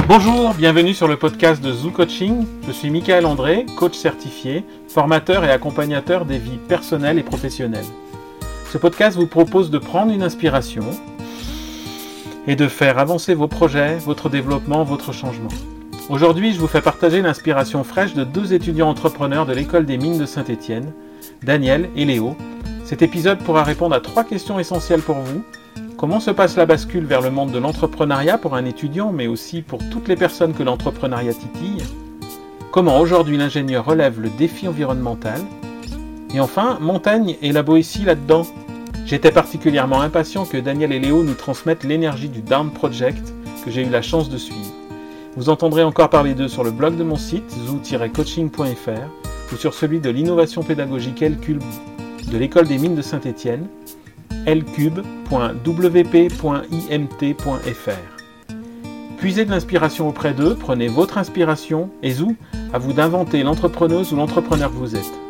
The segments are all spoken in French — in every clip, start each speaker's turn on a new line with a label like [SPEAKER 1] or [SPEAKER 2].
[SPEAKER 1] Bonjour, bienvenue sur le podcast de Zoo Coaching. Je suis Michael André, coach certifié, formateur et accompagnateur des vies personnelles et professionnelles. Ce podcast vous propose de prendre une inspiration et de faire avancer vos projets, votre développement, votre changement. Aujourd'hui, je vous fais partager l'inspiration fraîche de deux étudiants entrepreneurs de l'école des mines de Saint-Étienne, Daniel et Léo. Cet épisode pourra répondre à 3 questions essentielles pour vous. Comment se passe la bascule vers le monde de l'entrepreneuriat pour un étudiant, mais aussi pour toutes les personnes que l'entrepreneuriat titille? Comment aujourd'hui l'ingénieur relève le défi environnemental? Et enfin, Montagne et la Boétie là-dedans. J'étais particulièrement impatient que Daniel et Léo nous transmettent l'énergie du Down Project que j'ai eu la chance de suivre. Vous entendrez encore parler d'eux sur le blog de mon site, zoo-coaching.fr, ou sur celui de l'innovation pédagogique L-Cube de l'école des mines de Saint-Étienne, lcube.wp.imt.fr. Puisez de l'inspiration auprès d'eux, prenez votre inspiration et Zoo, à vous d'inventer l'entrepreneuse ou l'entrepreneur que vous êtes.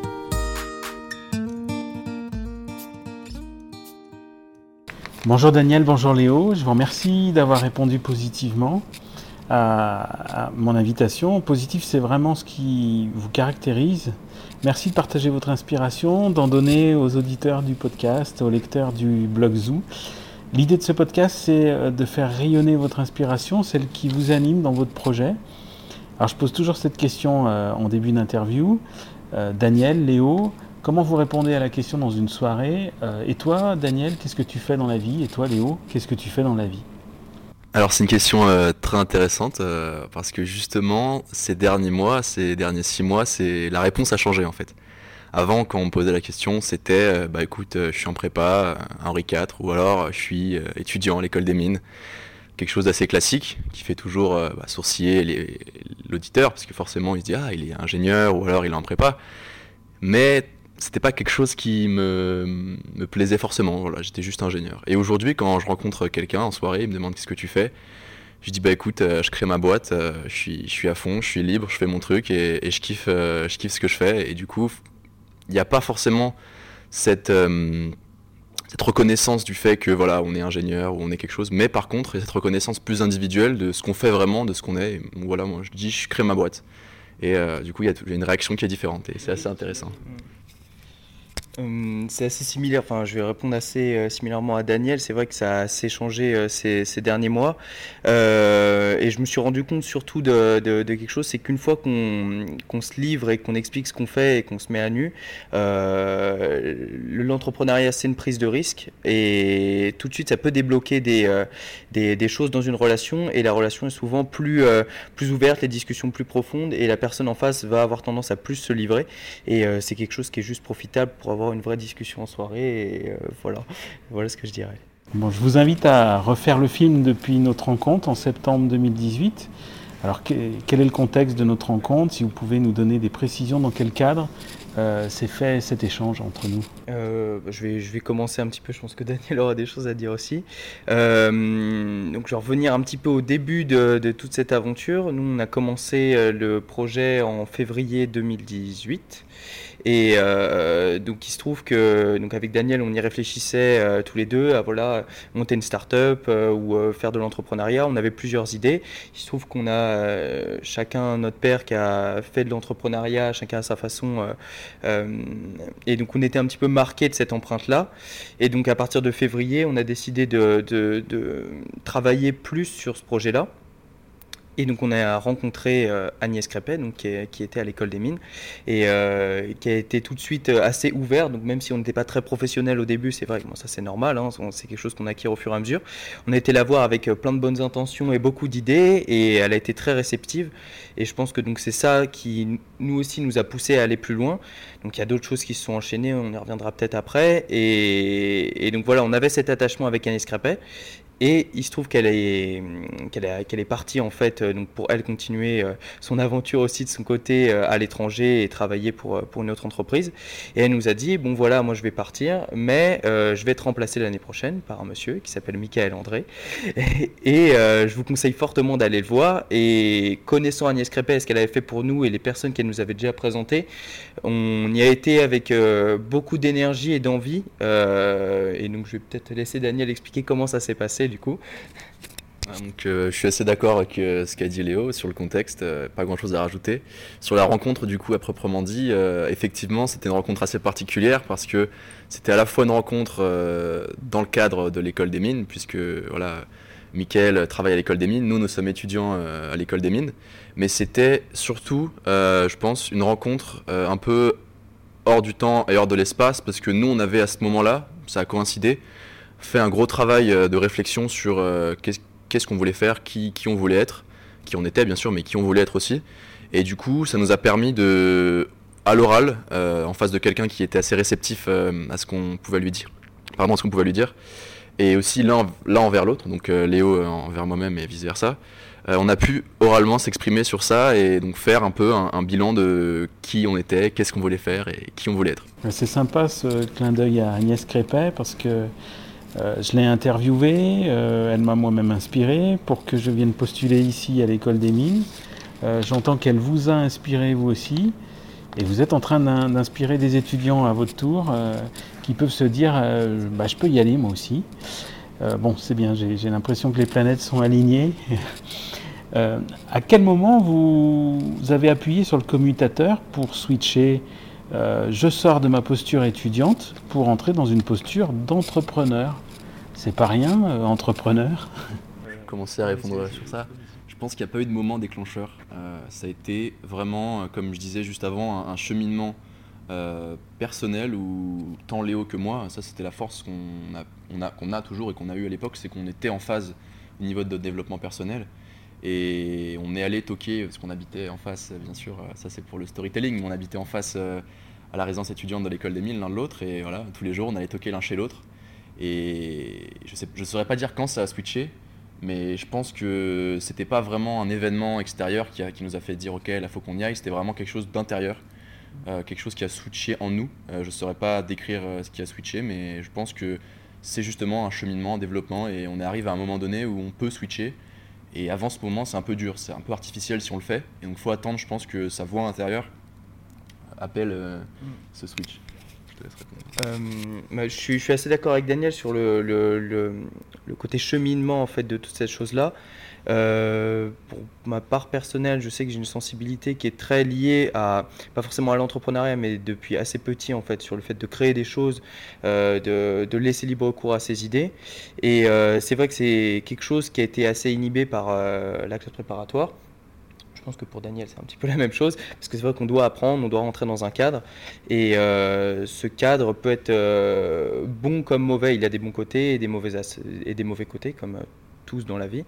[SPEAKER 1] Bonjour Daniel, bonjour Léo, je vous remercie d'avoir répondu positivement à mon invitation. Positif, c'est vraiment ce qui vous caractérise. Merci de partager votre inspiration, d'en donner aux auditeurs du podcast, aux lecteurs du blog Zoo. L'idée de ce podcast, c'est de faire rayonner votre inspiration, celle qui vous anime dans votre projet. Alors, je pose toujours cette question en début d'interview. Daniel, Léo, comment vous répondez à la question dans une soirée? Et toi, Daniel, qu'est-ce que tu fais dans la vie? Et toi, Léo, qu'est-ce que tu fais dans la vie?
[SPEAKER 2] Alors c'est une question très intéressante parce que justement ces derniers mois, ces derniers 6 mois, la réponse a changé en fait. Avant quand on me posait la question c'était écoute je suis en prépa, Henri IV ou alors je suis étudiant à l'école des mines. Quelque chose d'assez classique qui fait toujours sourciller l'auditeur parce que forcément il se dit il est ingénieur ou alors il est en prépa. Mais c'était pas quelque chose qui me plaisait forcément, voilà, j'étais juste ingénieur. Et aujourd'hui, quand je rencontre quelqu'un en soirée, il me demande qu'est-ce que tu fais, je dis écoute, je crée ma boîte, je suis à fond, je suis libre, je fais mon truc et je kiffe ce que je fais. Et du coup, il n'y a pas forcément cette reconnaissance du fait que voilà, on est ingénieur ou on est quelque chose, mais par contre, il y a cette reconnaissance plus individuelle de ce qu'on fait vraiment, de ce qu'on est. Et voilà, moi je dis, je crée ma boîte. Et du coup, il y a une réaction qui est différente et c'est assez intéressant.
[SPEAKER 3] C'est assez similaire, enfin je vais répondre assez similairement à Daniel, c'est vrai que ça a assez changé ces derniers mois et je me suis rendu compte surtout de quelque chose, c'est qu'une fois qu'on se livre et qu'on explique ce qu'on fait et qu'on se met à nu, l'entrepreneuriat c'est une prise de risque et tout de suite ça peut débloquer des choses dans une relation et la relation est souvent plus ouverte, les discussions plus profondes et la personne en face va avoir tendance à plus se livrer et c'est quelque chose qui est juste profitable pour avoir une vraie discussion en soirée et voilà ce que je dirais.
[SPEAKER 1] Bon, je vous invite à refaire le film depuis notre rencontre en septembre 2018. Alors quel est le contexte de notre rencontre? Si vous pouvez nous donner des précisions dans quel cadre s'est fait cet échange entre nous.
[SPEAKER 3] Je vais commencer un petit peu, je pense que Daniel aura des choses à dire aussi. Donc je vais revenir un petit peu au début de toute cette aventure. Nous on a commencé le projet en février 2018. Et donc il se trouve que donc avec Daniel on y réfléchissait tous les deux à monter une start-up ou faire de l'entrepreneuriat. On avait plusieurs idées. Il se trouve qu'on a chacun notre père qui a fait de l'entrepreneuriat, chacun à sa façon. Et donc on était un petit peu marqué de cette empreinte-là. Et donc à partir de février on a décidé de travailler plus sur ce projet-là. Et donc on a rencontré Agnès Crépet, donc qui était à l'école des mines et qui a été tout de suite assez ouvert. Donc même si on n'était pas très professionnel au début, c'est vrai que ça c'est normal, hein, c'est quelque chose qu'on acquiert au fur et à mesure. On a été la voir avec plein de bonnes intentions et beaucoup d'idées et elle a été très réceptive. Et je pense que donc c'est ça qui nous aussi nous a poussé à aller plus loin. Donc il y a d'autres choses qui se sont enchaînées, on y reviendra peut-être après. Et donc voilà, on avait cet attachement avec Agnès Crépet. Et il se trouve qu'elle est partie en fait, donc pour elle continuer son aventure aussi de son côté à l'étranger et travailler pour une autre entreprise. Et elle nous a dit bon voilà, moi je vais partir, mais je vais être remplacé l'année prochaine par un monsieur qui s'appelle Michael André. Et je vous conseille fortement d'aller le voir. Et connaissant Agnès Crépet, ce qu'elle avait fait pour nous et les personnes qu'elle nous avait déjà présentées, on y a été avec beaucoup d'énergie et d'envie. Et donc je vais peut-être laisser Daniel expliquer comment ça s'est passé du coup.
[SPEAKER 2] Donc, je suis assez d'accord avec ce qu'a dit Léo sur le contexte, pas grand chose à rajouter. Sur la rencontre, du coup, à proprement dit, effectivement, c'était une rencontre assez particulière parce que c'était à la fois une rencontre dans le cadre de l'école des mines, puisque voilà, Mickaël travaille à l'école des mines, nous sommes étudiants à l'école des mines, mais c'était surtout, je pense, une rencontre un peu hors du temps et hors de l'espace parce que nous, on avait à ce moment-là, ça a coïncidé, fait un gros travail de réflexion sur qu'est-ce qu'on voulait faire, qui on voulait être, qui on était bien sûr, mais qui on voulait être aussi. Et du coup, ça nous a permis à l'oral, en face de quelqu'un qui était assez réceptif à ce qu'on pouvait lui dire, et aussi l'un envers l'autre, donc Léo envers moi-même et vice versa. On a pu oralement s'exprimer sur ça et donc faire un peu un bilan de qui on était, qu'est-ce qu'on voulait faire et qui on voulait être.
[SPEAKER 1] C'est sympa ce clin d'œil à Agnès Crépet parce que je l'ai interviewée, elle m'a moi-même inspiré pour que je vienne postuler ici à l'école des mines. J'entends qu'elle vous a inspiré vous aussi et vous êtes en train d'inspirer des étudiants à votre tour qui peuvent se dire je peux y aller moi aussi. Bon, c'est bien, j'ai l'impression que les planètes sont alignées. À quel moment vous avez appuyé sur le commutateur pour switcher je sors de ma posture étudiante pour entrer dans une posture d'entrepreneur? C'est pas rien, entrepreneur.
[SPEAKER 2] Je vais commencer à répondre sur ça. Je pense qu'il n'y a pas eu de moment déclencheur. Ça a été vraiment, comme je disais juste avant, un cheminement personnel où tant Léo que moi, ça c'était la force qu'on a toujours et qu'on a eu à l'époque, c'est qu'on était en phase au niveau de notre développement personnel et on est allé toquer, parce qu'on habitait en face, bien sûr, ça c'est pour le storytelling, mais on habitait en face à la résidence étudiante de l'école des mines l'un de l'autre et voilà, tous les jours on allait toquer l'un chez l'autre et je saurais pas dire quand ça a switché, mais je pense que c'était pas vraiment un événement extérieur qui nous a fait dire ok là faut qu'on y aille, c'était vraiment quelque chose d'intérieur. Quelque chose qui a switché en nous. Je ne saurais pas décrire ce qui a switché, mais je pense que c'est justement un cheminement, un développement, et on arrive à un moment donné où on peut switcher. Et avant ce moment, c'est un peu dur, c'est un peu artificiel si on le fait. Et donc il faut attendre, je pense que sa voix intérieure appelle ce switch. Je te laisse répondre.
[SPEAKER 3] Je suis assez d'accord avec Daniel sur le côté cheminement en fait, de toute cette chose-là. Pour ma part personnelle, je sais que j'ai une sensibilité qui est très liée pas forcément à l'entrepreneuriat, mais depuis assez petit en fait, sur le fait de créer des choses, de laisser libre cours à ses idées. Et c'est vrai que c'est quelque chose qui a été assez inhibé par la classe préparatoire. Je pense que pour Daniel, c'est un petit peu la même chose, parce que c'est vrai qu'on doit apprendre, on doit rentrer dans un cadre, et ce cadre peut être bon comme mauvais. Il a des bons côtés et des mauvais côtés, comme tous dans la vie.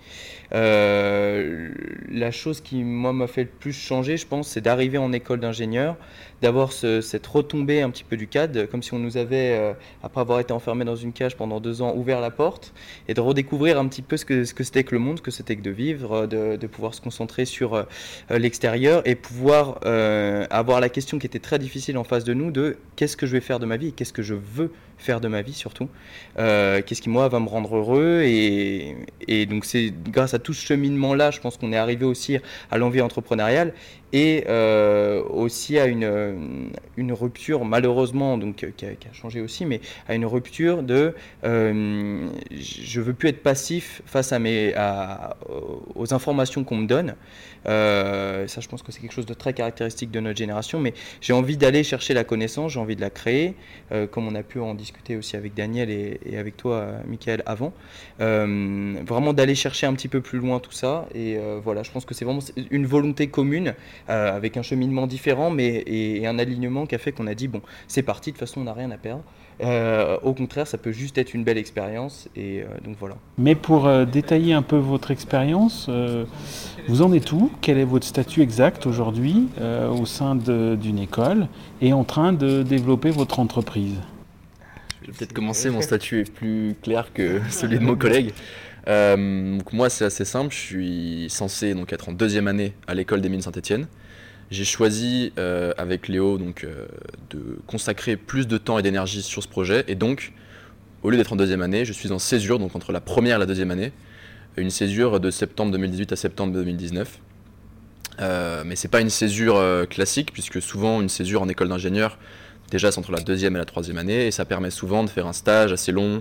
[SPEAKER 3] La chose qui, moi, m'a fait le plus changer, je pense, c'est d'arriver en école d'ingénieur, d'avoir cette retombée un petit peu du cadre, comme si on nous avait, après avoir été enfermé dans une cage pendant 2 ans, ouvert la porte, et de redécouvrir un petit peu ce que c'était que le monde, ce que c'était que de vivre, de pouvoir se concentrer sur l'extérieur et pouvoir avoir la question qui était très difficile en face de nous de qu'est-ce que je vais faire de ma vie et qu'est-ce que je veux faire de ma vie surtout, qu'est-ce qui moi va me rendre heureux et donc c'est grâce à tout ce cheminement là je pense qu'on est arrivé aussi à l'envie entrepreneuriale et aussi à une rupture malheureusement donc qui a changé aussi, mais à une rupture de je veux plus être passif face aux informations qu'on me donne. Ça je pense que c'est quelque chose de très caractéristique de notre génération, mais j'ai envie d'aller chercher la connaissance, j'ai envie de la créer, comme on a pu en discuter aussi avec Daniel et avec toi Mickaël avant, vraiment d'aller chercher un petit peu plus loin tout ça et voilà, je pense que c'est vraiment une volonté commune avec un cheminement différent mais et un alignement qui a fait qu'on a dit bon c'est parti, de toute façon on n'a rien à perdre. Au contraire, ça peut juste être une belle expérience et donc voilà.
[SPEAKER 1] Mais pour détailler un peu votre expérience, vous en êtes où? Quel est votre statut exact aujourd'hui au sein d'une école et en train de développer votre entreprise?
[SPEAKER 2] Je vais peut-être commencer, mon statut est plus clair que celui de mon collègue. Donc moi c'est assez simple, je suis censé donc être en 2e année à l'école des mines Saint-Étienne. J'ai choisi avec Léo donc, de consacrer plus de temps et d'énergie sur ce projet et donc au lieu d'être en 2e année, je suis en césure, donc entre la première et la 2e année, une césure de septembre 2018 à septembre 2019. Mais c'est pas une césure classique puisque souvent une césure en école d'ingénieur déjà c'est entre la 2e et la 3e année et ça permet souvent de faire un stage assez long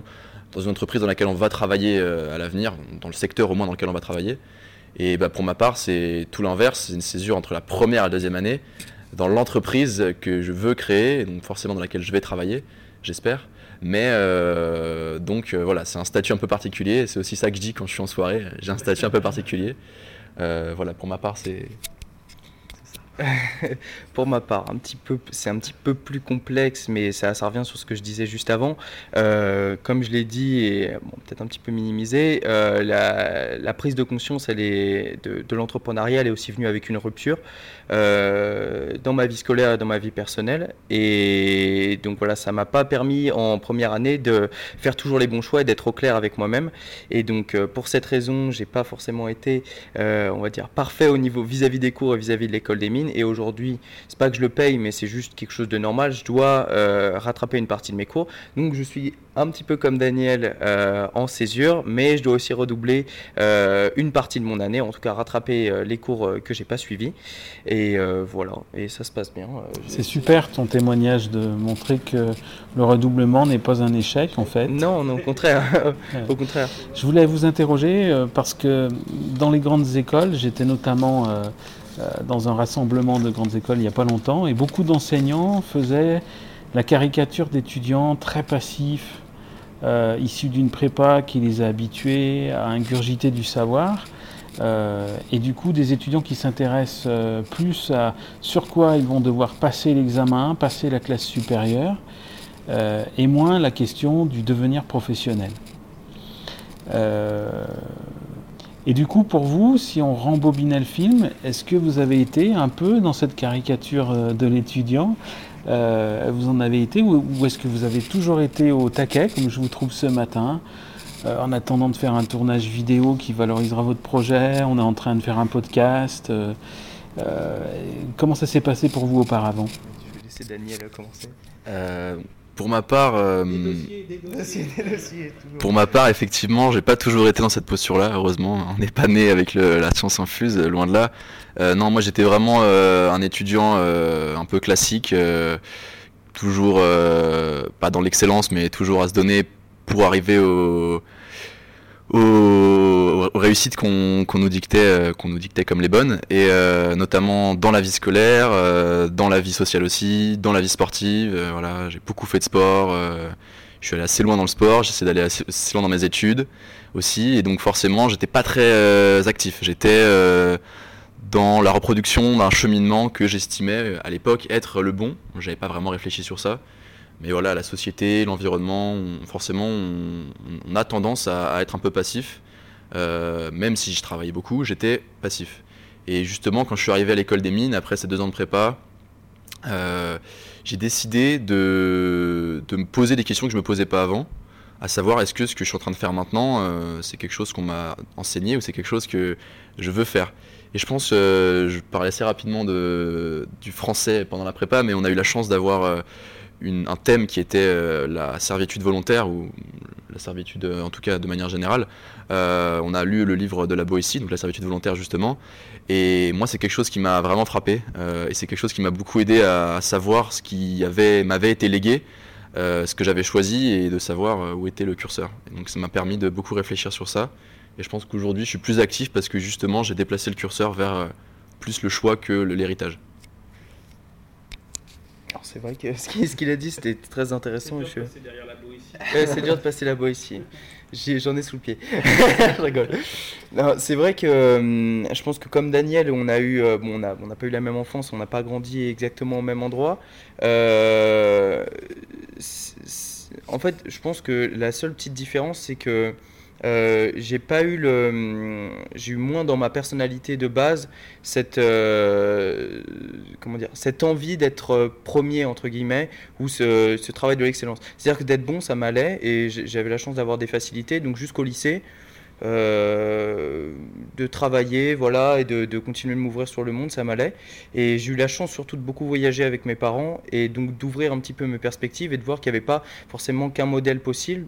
[SPEAKER 2] dans une entreprise dans laquelle on va travailler à l'avenir, dans le secteur au moins dans lequel on va travailler. Et pour ma part, c'est tout l'inverse, c'est une césure entre la première et la deuxième année, dans l'entreprise que je veux créer, et donc forcément dans laquelle je vais travailler, j'espère. Mais voilà, c'est un statut un peu particulier, c'est aussi ça que je dis quand je suis en soirée, j'ai un statut un peu particulier. Voilà, pour ma part, c'est ça.
[SPEAKER 3] Pour ma part, c'est un petit peu plus complexe, mais ça revient sur ce que je disais juste avant. Comme je l'ai dit, et peut-être un petit peu minimisé, la prise de conscience de l'entrepreneuriat, elle est aussi venue avec une rupture dans ma vie scolaire et dans ma vie personnelle. Et donc voilà, ça m'a pas permis en première année de faire toujours les bons choix et d'être au clair avec moi-même. Et donc pour cette raison, j'ai pas forcément été, on va dire, parfait au niveau vis-à-vis des cours et vis-à-vis de l'école des mines. Et aujourd'hui, c'est pas que je le paye, mais c'est juste quelque chose de normal. Je dois rattraper une partie de mes cours. Donc je suis un petit peu comme Daniel en césure, mais je dois aussi redoubler une partie de mon année, en tout cas rattraper les cours que j'ai pas suivis. Et voilà, et ça se passe bien.
[SPEAKER 1] C'est super ton témoignage de montrer que le redoublement n'est pas un échec en fait.
[SPEAKER 3] Non, au contraire.
[SPEAKER 1] Ouais.
[SPEAKER 3] Au contraire.
[SPEAKER 1] Je voulais vous interroger parce que dans les grandes écoles, j'étais notamment dans un rassemblement de grandes écoles il n'y a pas longtemps, et beaucoup d'enseignants faisaient la caricature d'étudiants très passifs, issus d'une prépa qui les a habitués à ingurgiter du savoir, et du coup des étudiants qui s'intéressent plus à sur quoi ils vont devoir passer l'examen, passer la classe supérieure, et moins la question du devenir professionnel. Et du coup, pour vous, si on rembobinait le film, est-ce que vous avez été un peu dans cette caricature de l'étudiant ? Vous en avez été, ou est-ce que vous avez toujours été au taquet, comme je vous trouve ce matin, en attendant de faire un tournage vidéo qui valorisera votre projet, on est en train de faire un podcast. Comment ça s'est passé pour vous auparavant ?
[SPEAKER 3] Je vais laisser Daniel commencer.
[SPEAKER 2] Pour ma part,
[SPEAKER 3] Des dossiers, toujours.
[SPEAKER 2] pour ma part, effectivement, j'ai pas toujours été dans cette posture-là. Heureusement, on n'est pas né avec la science infuse, loin de là. Non, moi, j'étais vraiment un étudiant un peu classique, toujours pas dans l'excellence, mais toujours à se donner pour arriver aux réussites qu'on nous dictait comme les bonnes, et notamment dans la vie scolaire, dans la vie sociale aussi, dans la vie sportive. Voilà, j'ai beaucoup fait de sport, je suis allé assez loin dans le sport, j'essaie d'aller assez loin dans mes études aussi, et donc forcément j'étais pas très actif, j'étais dans la reproduction d'un cheminement que j'estimais à l'époque être le bon. J'avais pas vraiment réfléchi sur ça. Mais voilà, la société, l'environnement, forcément, on a tendance à être un peu passif. Même si je travaillais beaucoup, j'étais passif. Et justement, quand je suis arrivé à l'école des mines, après ces 2 ans de prépa, j'ai décidé de me poser des questions que je ne me posais pas avant, à savoir, est-ce que ce que je suis en train de faire maintenant, c'est quelque chose qu'on m'a enseigné ou c'est quelque chose que je veux faire. Et je pense, je parlais assez rapidement du français pendant la prépa, mais on a eu la chance d'avoir un thème qui était la servitude volontaire, ou la servitude en tout cas de manière générale. On a lu le livre de la Boétie, donc la servitude volontaire justement, et moi c'est quelque chose qui m'a vraiment frappé, et c'est quelque chose qui m'a beaucoup aidé à savoir ce qui m'avait été légué, ce que j'avais choisi, et de savoir où était le curseur. Et donc ça m'a permis de beaucoup réfléchir sur ça, et je pense qu'aujourd'hui je suis plus actif parce que justement j'ai déplacé le curseur vers plus le choix que l'héritage.
[SPEAKER 3] C'est vrai que ce qu'il a dit, c'était très intéressant.
[SPEAKER 1] C'est dur de passer derrière la Boétie.
[SPEAKER 3] C'est dur de passer la Boétie. J'en ai sous le pied. Je rigole. Non, c'est vrai que je pense que comme Daniel, on n'a pas eu la même enfance, on n'a pas grandi exactement au même endroit. En fait, je pense que la seule petite différence, c'est que j'ai eu moins dans ma personnalité de base cette envie d'être premier entre guillemets, ou ce travail de l'excellence. C'est-à-dire que d'être bon, ça m'allait, et j'avais la chance d'avoir des facilités, donc jusqu'au lycée, de travailler, voilà, et de continuer de m'ouvrir sur le monde, ça m'allait. Et j'ai eu la chance surtout de beaucoup voyager avec mes parents, et donc d'ouvrir un petit peu mes perspectives et de voir qu'il n'y avait pas forcément qu'un modèle possible.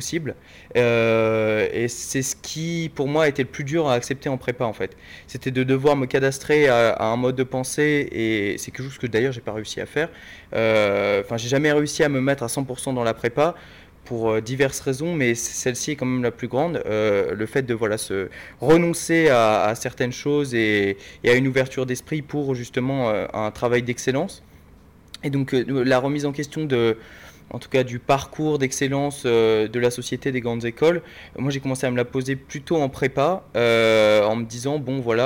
[SPEAKER 3] Et c'est ce qui pour moi était le plus dur à accepter en prépa en fait. C'était de devoir me cadastrer à un mode de pensée, et c'est quelque chose que d'ailleurs j'ai pas réussi à faire. J'ai jamais réussi à me mettre à 100% dans la prépa, pour diverses raisons, mais celle-ci est quand même la plus grande. Le fait de se renoncer à certaines choses et à une ouverture d'esprit pour justement un travail d'excellence. Et donc la remise en question en tout cas du parcours d'excellence de la société des grandes écoles, moi j'ai commencé à me la poser plutôt en prépa, en me disant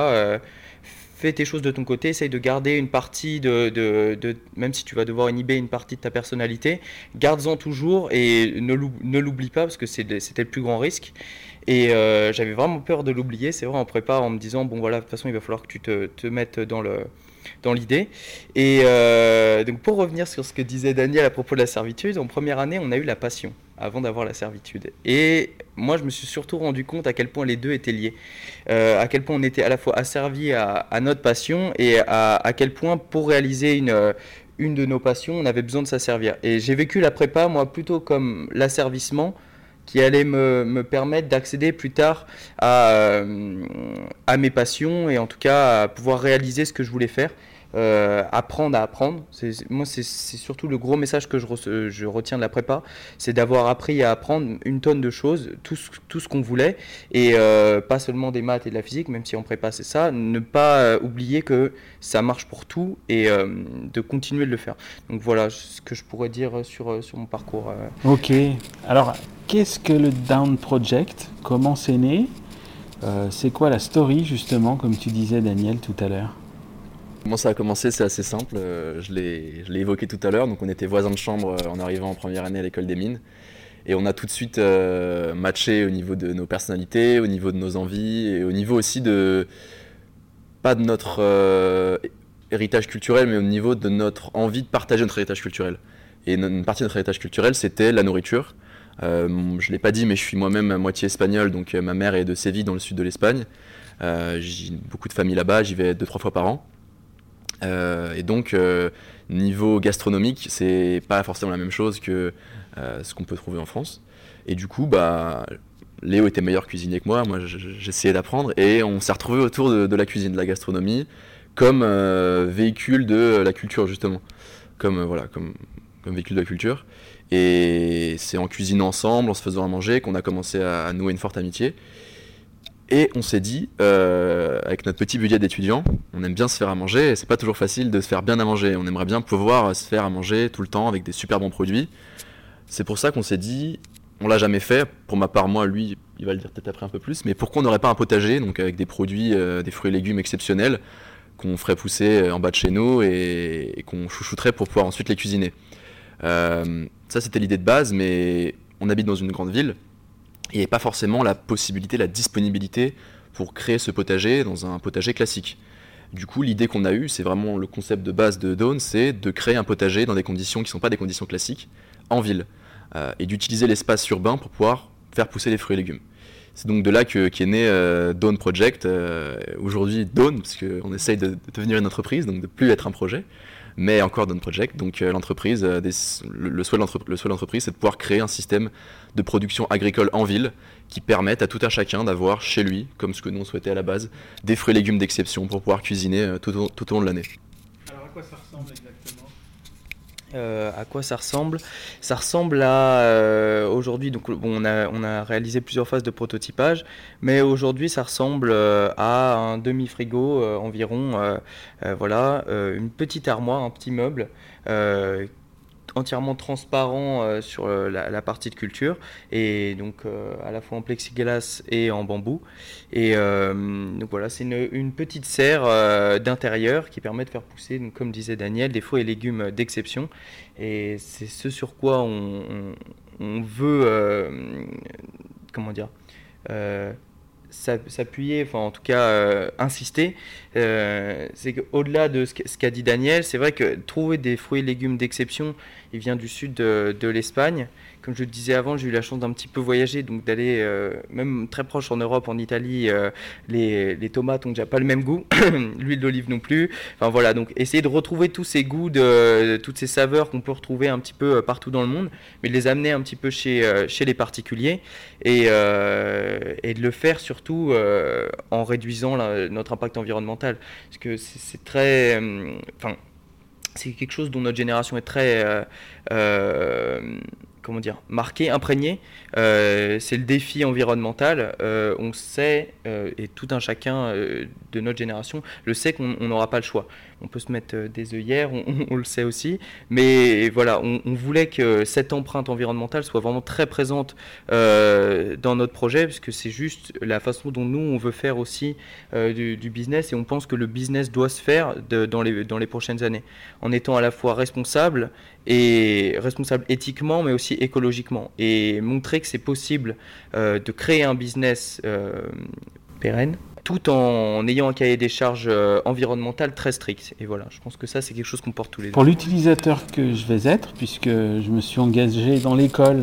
[SPEAKER 3] fais tes choses de ton côté, essaye de garder une partie même si tu vas devoir inhiber une partie de ta personnalité, garde-en toujours et ne l'oublie pas parce que c'était le plus grand risque. Et j'avais vraiment peur de l'oublier, c'est vrai, en prépa, en me disant de toute façon il va falloir que tu te mettes dans l'idée. Et donc pour revenir sur ce que disait Daniel à propos de la servitude, en première année on a eu la passion avant d'avoir la servitude. Et moi je me suis surtout rendu compte à quel point les deux étaient liés, à quel point on était à la fois asservi à notre passion et à quel point pour réaliser une de nos passions on avait besoin de s'asservir. Et j'ai vécu la prépa moi plutôt comme l'asservissement qui allait me permettre d'accéder plus tard à mes passions et en tout cas à pouvoir réaliser ce que je voulais faire. Apprendre à apprendre. C'est surtout le gros message que je retiens de la prépa, c'est d'avoir appris à apprendre une tonne de choses, tout ce qu'on voulait, et pas seulement des maths et de la physique, même si en prépa c'est ça, ne pas oublier que ça marche pour tout et de continuer de le faire. Donc voilà ce que je pourrais dire sur mon parcours.
[SPEAKER 1] Ok, alors qu'est-ce que le Down Project? Comment c'est né? C'est quoi la story justement, comme tu disais Daniel tout à l'heure?
[SPEAKER 2] Comment ça a commencé, c'est assez simple, je l'ai évoqué tout à l'heure, donc on était voisins de chambre en arrivant en première année à l'école des mines, et on a tout de suite matché au niveau de nos personnalités, au niveau de nos envies, et au niveau aussi pas de notre héritage culturel, mais au niveau de notre envie de partager notre héritage culturel. Et une partie de notre héritage culturel, c'était la nourriture. Je ne l'ai pas dit, mais je suis moi-même à moitié espagnol, donc ma mère est de Séville, dans le sud de l'Espagne. J'ai beaucoup de famille là-bas, j'y vais 2-3 fois par an. Et donc niveau gastronomique c'est pas forcément la même chose que ce qu'on peut trouver en France, et du coup Léo était meilleur cuisinier que moi j'essayais d'apprendre, et on s'est retrouvé autour de la cuisine, de la gastronomie comme véhicule de la culture justement, comme véhicule de la culture, et c'est en cuisinant ensemble, en se faisant à manger qu'on a commencé à nouer une forte amitié. Et on s'est dit, avec notre petit budget d'étudiant, on aime bien se faire à manger, et c'est pas toujours facile de se faire bien à manger. On aimerait bien pouvoir se faire à manger tout le temps avec des super bons produits. C'est pour ça qu'on s'est dit, on l'a jamais fait, pour ma part, moi, lui, il va le dire peut-être après un peu plus, mais pourquoi on n'aurait pas un potager, donc avec des produits, des fruits et légumes exceptionnels, qu'on ferait pousser en bas de chez nous et qu'on chouchouterait pour pouvoir ensuite les cuisiner. Ça, c'était l'idée de base, mais on habite dans une grande ville, il n'y avait pas forcément la possibilité, la disponibilité pour créer ce potager dans un potager classique. Du coup, l'idée qu'on a eue, c'est vraiment le concept de base de Dawn, c'est de créer un potager dans des conditions qui ne sont pas des conditions classiques, en ville, et d'utiliser l'espace urbain pour pouvoir faire pousser les fruits et légumes. C'est donc de là qu'est né Dawn Project, aujourd'hui Dawn, parce qu'on essaye de devenir une entreprise, donc de ne plus être un projet, mais encore Dawn Project. Donc l'entreprise, le souhait de l'entreprise, c'est de pouvoir créer un système de production agricole en ville qui permette à tout un chacun d'avoir chez lui, comme ce que nous on souhaitait à la base, des fruits et légumes d'exception pour pouvoir cuisiner tout au long de l'année.
[SPEAKER 1] Alors à quoi ça ressemble exactement ?
[SPEAKER 3] À quoi ça ressemble ? Ça ressemble à aujourd'hui, donc on a réalisé plusieurs phases de prototypage, mais aujourd'hui ça ressemble à un demi-frigo environ, une petite armoire, un petit meuble entièrement transparent sur la partie de culture, et donc à la fois en plexiglas et en bambou, et donc voilà, c'est une petite serre d'intérieur qui permet de faire pousser, donc, comme disait Daniel, des fruits et légumes d'exception, et c'est ce sur quoi on veut s'appuyer, enfin en tout cas insister, c'est qu'au-delà de ce qu'a dit Daniel, c'est vrai que trouver des fruits et légumes d'exception, il vient du sud de l'Espagne. Comme je le disais avant, j'ai eu la chance d'un petit peu voyager, donc d'aller même très proche en Europe, en Italie, les tomates ont déjà pas le même goût, l'huile d'olive non plus. Enfin voilà, donc essayer de retrouver tous ces goûts, toutes ces saveurs qu'on peut retrouver un petit peu partout dans le monde, mais de les amener un petit peu chez les particuliers, et de le faire surtout en réduisant notre impact environnemental, parce que c'est très, c'est quelque chose dont notre génération est très marqué, imprégné. C'est le défi environnemental. On sait, et tout un chacun de notre génération le sait qu'on n'aura pas le choix. On peut se mettre des œillères, on le sait aussi, mais voilà, on voulait que cette empreinte environnementale soit vraiment très présente dans notre projet, puisque c'est juste la façon dont nous, on veut faire aussi du business, et on pense que le business doit se faire dans les prochaines années, en étant à la fois responsable éthiquement, mais aussi écologiquement, et montrer que c'est possible de créer un business pérenne, tout en ayant un cahier des charges environnemental très strict. Et voilà, je pense que ça, c'est quelque chose qu'on porte tous les deux.
[SPEAKER 1] Pour l'utilisateur que je vais être, puisque je me suis engagé dans l'école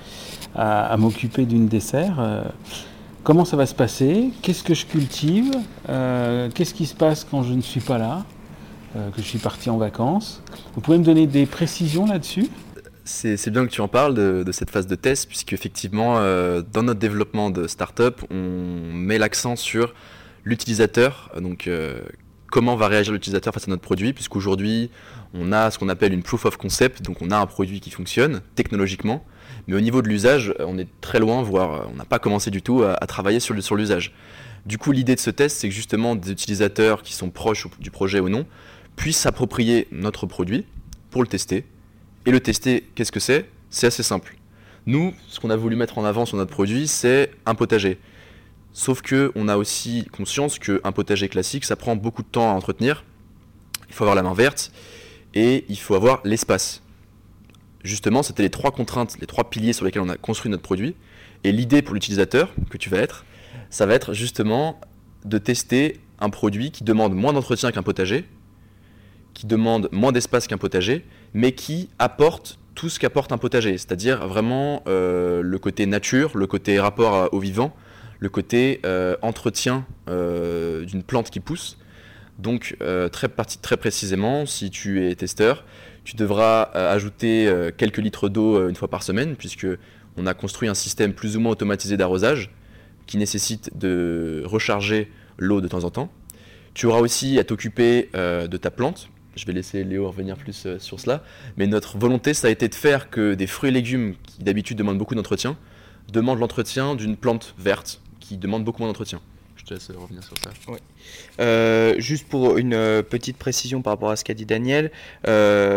[SPEAKER 1] à m'occuper d'une dessert, comment ça va se passer? Qu'est-ce que je cultive? Qu'est-ce qui se passe quand je ne suis pas là, que je suis parti en vacances? Vous pouvez me donner des précisions là-dessus?
[SPEAKER 2] C'est bien que tu en parles de cette phase de test, puisque effectivement, dans notre développement de start-up, on met l'accent sur l'utilisateur, donc comment va réagir l'utilisateur face à notre produit, puisqu'aujourd'hui, on a ce qu'on appelle une proof of concept, donc on a un produit qui fonctionne technologiquement, mais au niveau de l'usage, on est très loin, voire on n'a pas commencé du tout à travailler sur l'usage. Du coup, l'idée de ce test, c'est que justement des utilisateurs qui sont proches du projet ou non puissent s'approprier notre produit pour le tester. Et le tester, qu'est-ce que c'est? C'est assez simple. Nous, ce qu'on a voulu mettre en avant sur notre produit, c'est un potager. Sauf qu'on a aussi conscience qu'un potager classique, ça prend beaucoup de temps à entretenir. Il faut avoir la main verte et il faut avoir l'espace. Justement, c'était les 3 contraintes, les 3 piliers sur lesquels on a construit notre produit. Et l'idée pour l'utilisateur que tu vas être, ça va être justement de tester un produit qui demande moins d'entretien qu'un potager, qui demande moins d'espace qu'un potager, mais qui apporte tout ce qu'apporte un potager, c'est-à-dire vraiment le côté nature, le côté rapport au vivant, le côté entretien d'une plante qui pousse. Donc très précisément, si tu es testeur, tu devras ajouter quelques litres d'eau une fois par semaine, puisque on a construit un système plus ou moins automatisé d'arrosage qui nécessite de recharger l'eau de temps en temps. Tu auras aussi à t'occuper de ta plante. Je vais laisser Léo revenir plus sur cela. Mais notre volonté, ça a été de faire que des fruits et légumes qui d'habitude demandent beaucoup d'entretien, demandent l'entretien d'une plante verte qui demande beaucoup moins d'entretien. Je te laisse revenir sur ça.
[SPEAKER 3] Oui. Juste pour une petite précision par rapport à ce qu'a dit Daniel, il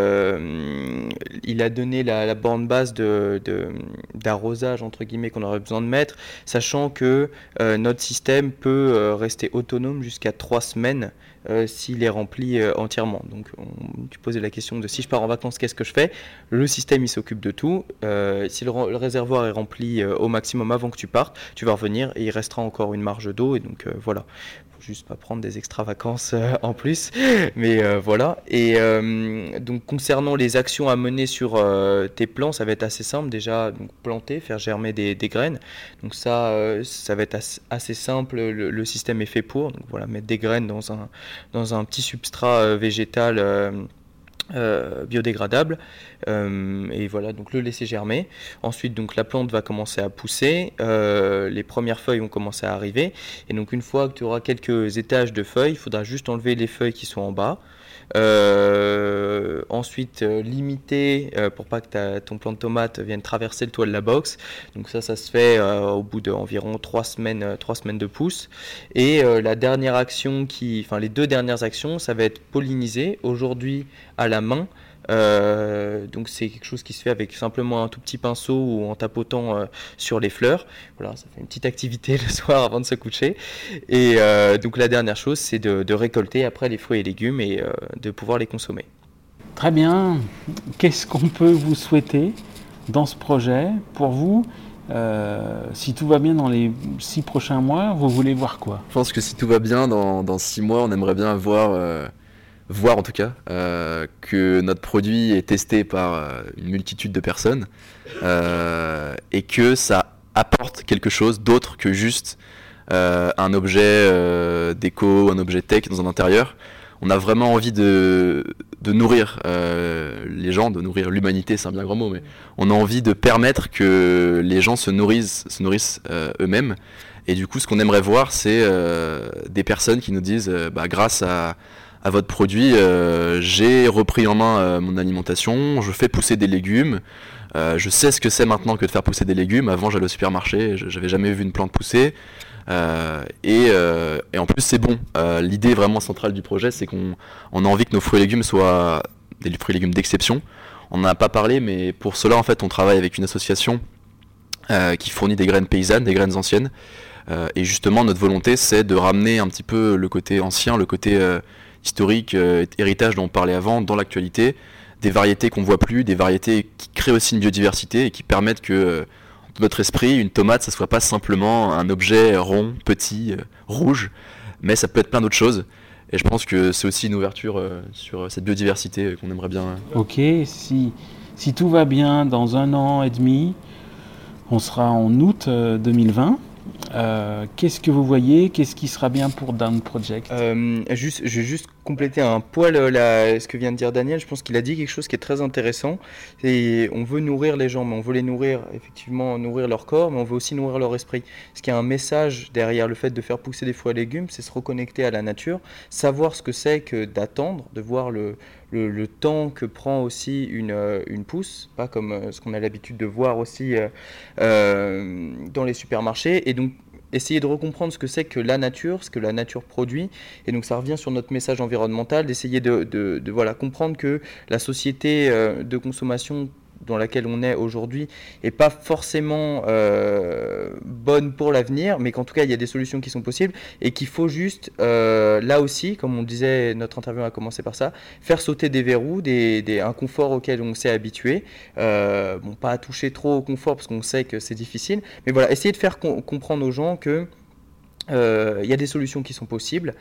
[SPEAKER 3] a donné la bande basse d'arrosage entre guillemets qu'on aurait besoin de mettre, sachant que notre système peut rester autonome jusqu'à 3 semaines s'il est rempli entièrement. Donc tu posais la question de si je pars en vacances, qu'est-ce que je fais? Le système il s'occupe de tout. Si le réservoir est rempli au maximum avant que tu partes, tu vas revenir et il restera encore une marge d'eau, et donc voilà. Juste pas prendre des extra vacances en plus, mais voilà. Et donc concernant les actions à mener sur tes plants, ça va être assez simple déjà. Donc planter, faire germer des graines. Donc ça va être assez simple. Le système est fait pour. Donc voilà, mettre des graines dans un petit substrat végétal biodégradable, et voilà, donc le laisser germer. Ensuite, donc la plante va commencer à pousser, les premières feuilles vont commencer à arriver, et donc une fois que tu auras quelques étages de feuilles, il faudra juste enlever les feuilles qui sont en bas. Ensuite limiter pour pas que ton plant de tomate vienne traverser le toit de la box. Donc ça se fait au bout d'environ 3 semaines de pousse. Et la dernière action les 2 dernières actions, ça va être polliniser, aujourd'hui à la main. Donc c'est quelque chose qui se fait avec simplement un tout petit pinceau ou en tapotant sur les fleurs. Voilà, ça fait une petite activité le soir avant de se coucher. Et donc la dernière chose, c'est de récolter après les fruits et légumes et de pouvoir les consommer.
[SPEAKER 1] Très bien. Qu'est-ce qu'on peut vous souhaiter dans ce projet? Pour vous, si tout va bien dans les 6 prochains mois, vous voulez voir quoi?
[SPEAKER 2] Je pense que si tout va bien, dans 6 mois, on aimerait bien voir en tout cas que notre produit est testé par une multitude de personnes et que ça apporte quelque chose d'autre que juste un objet déco, un objet tech dans un intérieur. On a vraiment envie de nourrir les gens, de nourrir l'humanité, c'est un bien grand mot, mais on a envie de permettre que les gens se nourrissent eux-mêmes. Et du coup, ce qu'on aimerait voir, c'est des personnes qui nous disent grâce à votre produit, j'ai repris en main mon alimentation, je fais pousser des légumes, Je sais ce que c'est maintenant que de faire pousser des légumes. Avant, j'allais au supermarché, j'avais jamais vu une plante pousser. Et en plus, c'est bon. L'idée vraiment centrale du projet, c'est qu'on a envie que nos fruits et légumes soient des fruits et légumes d'exception. On n'en a pas parlé, mais pour cela, en fait, on travaille avec une association qui fournit des graines paysannes, des graines anciennes. Et justement, notre volonté, c'est de ramener un petit peu le côté ancien, le côté historique, héritage dont on parlait avant, dans l'actualité, des variétés qu'on voit plus, des variétés qui créent aussi une biodiversité et qui permettent que dans notre esprit, une tomate, ça soit pas simplement un objet rond, petit, rouge, mais ça peut être plein d'autres choses. Et je pense que c'est aussi une ouverture sur cette biodiversité qu'on aimerait bien.
[SPEAKER 1] Ok, si tout va bien, dans 1 an et demi, on sera en août 2020. Qu'est-ce que vous voyez? Qu'est-ce qui sera bien pour Down Project?
[SPEAKER 3] Je vais juste compléter un poil ce que vient de dire Daniel. Je pense qu'il a dit quelque chose qui est très intéressant. Et on veut nourrir les gens, mais on veut les nourrir, effectivement, nourrir leur corps, mais on veut aussi nourrir leur esprit. Ce qui a un message derrière le fait de faire pousser des fruits et légumes, c'est se reconnecter à la nature, savoir ce que c'est que d'attendre, de voir le temps que prend aussi une pousse, pas comme ce qu'on a l'habitude de voir aussi dans les supermarchés. Et donc, essayer de recomprendre ce que c'est que la nature, ce que la nature produit. Et donc ça revient sur notre message environnemental, d'essayer de voilà, comprendre que la société de consommation dans laquelle on est aujourd'hui n'est pas forcément bonne pour l'avenir, mais qu'en tout cas il y a des solutions qui sont possibles et qu'il faut juste, là aussi, comme on disait, notre interview a commencé par ça, faire sauter des verrous, un confort auquel on s'est habitué. Bon, pas toucher trop au confort parce qu'on sait que c'est difficile, mais voilà, essayer de faire comprendre aux gens que il y a des solutions qui sont possibles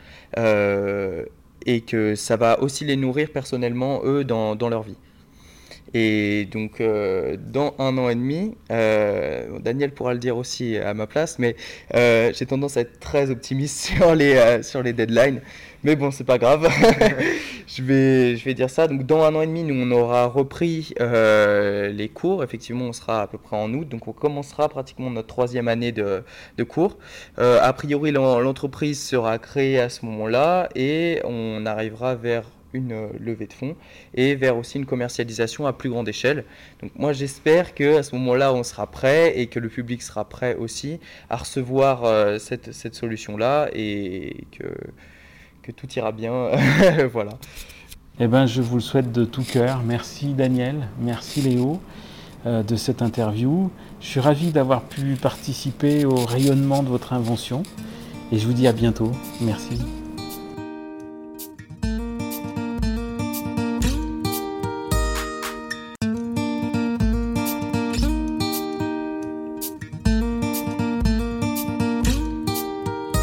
[SPEAKER 3] et que ça va aussi les nourrir personnellement, eux, dans leur vie. Et donc, dans 1 an et demi, Daniel pourra le dire aussi à ma place, mais j'ai tendance à être très optimiste sur les deadlines. Mais bon, c'est pas grave. Je vais dire ça. Donc, dans 1 an et demi, nous, on aura repris les cours. Effectivement, on sera à peu près en août. Donc, on commencera pratiquement notre 3e année de cours. A priori, l'entreprise sera créée à ce moment-là et on arrivera vers une levée de fonds et vers aussi une commercialisation à plus grande échelle. Donc moi j'espère qu'à ce moment-là on sera prêt et que le public sera prêt aussi à recevoir cette solution-là et que tout ira bien. Voilà.
[SPEAKER 1] Eh ben, je vous le souhaite de tout cœur. Merci Daniel, merci Léo de cette interview. Je suis ravi d'avoir pu participer au rayonnement de votre invention et je vous dis à bientôt. Merci.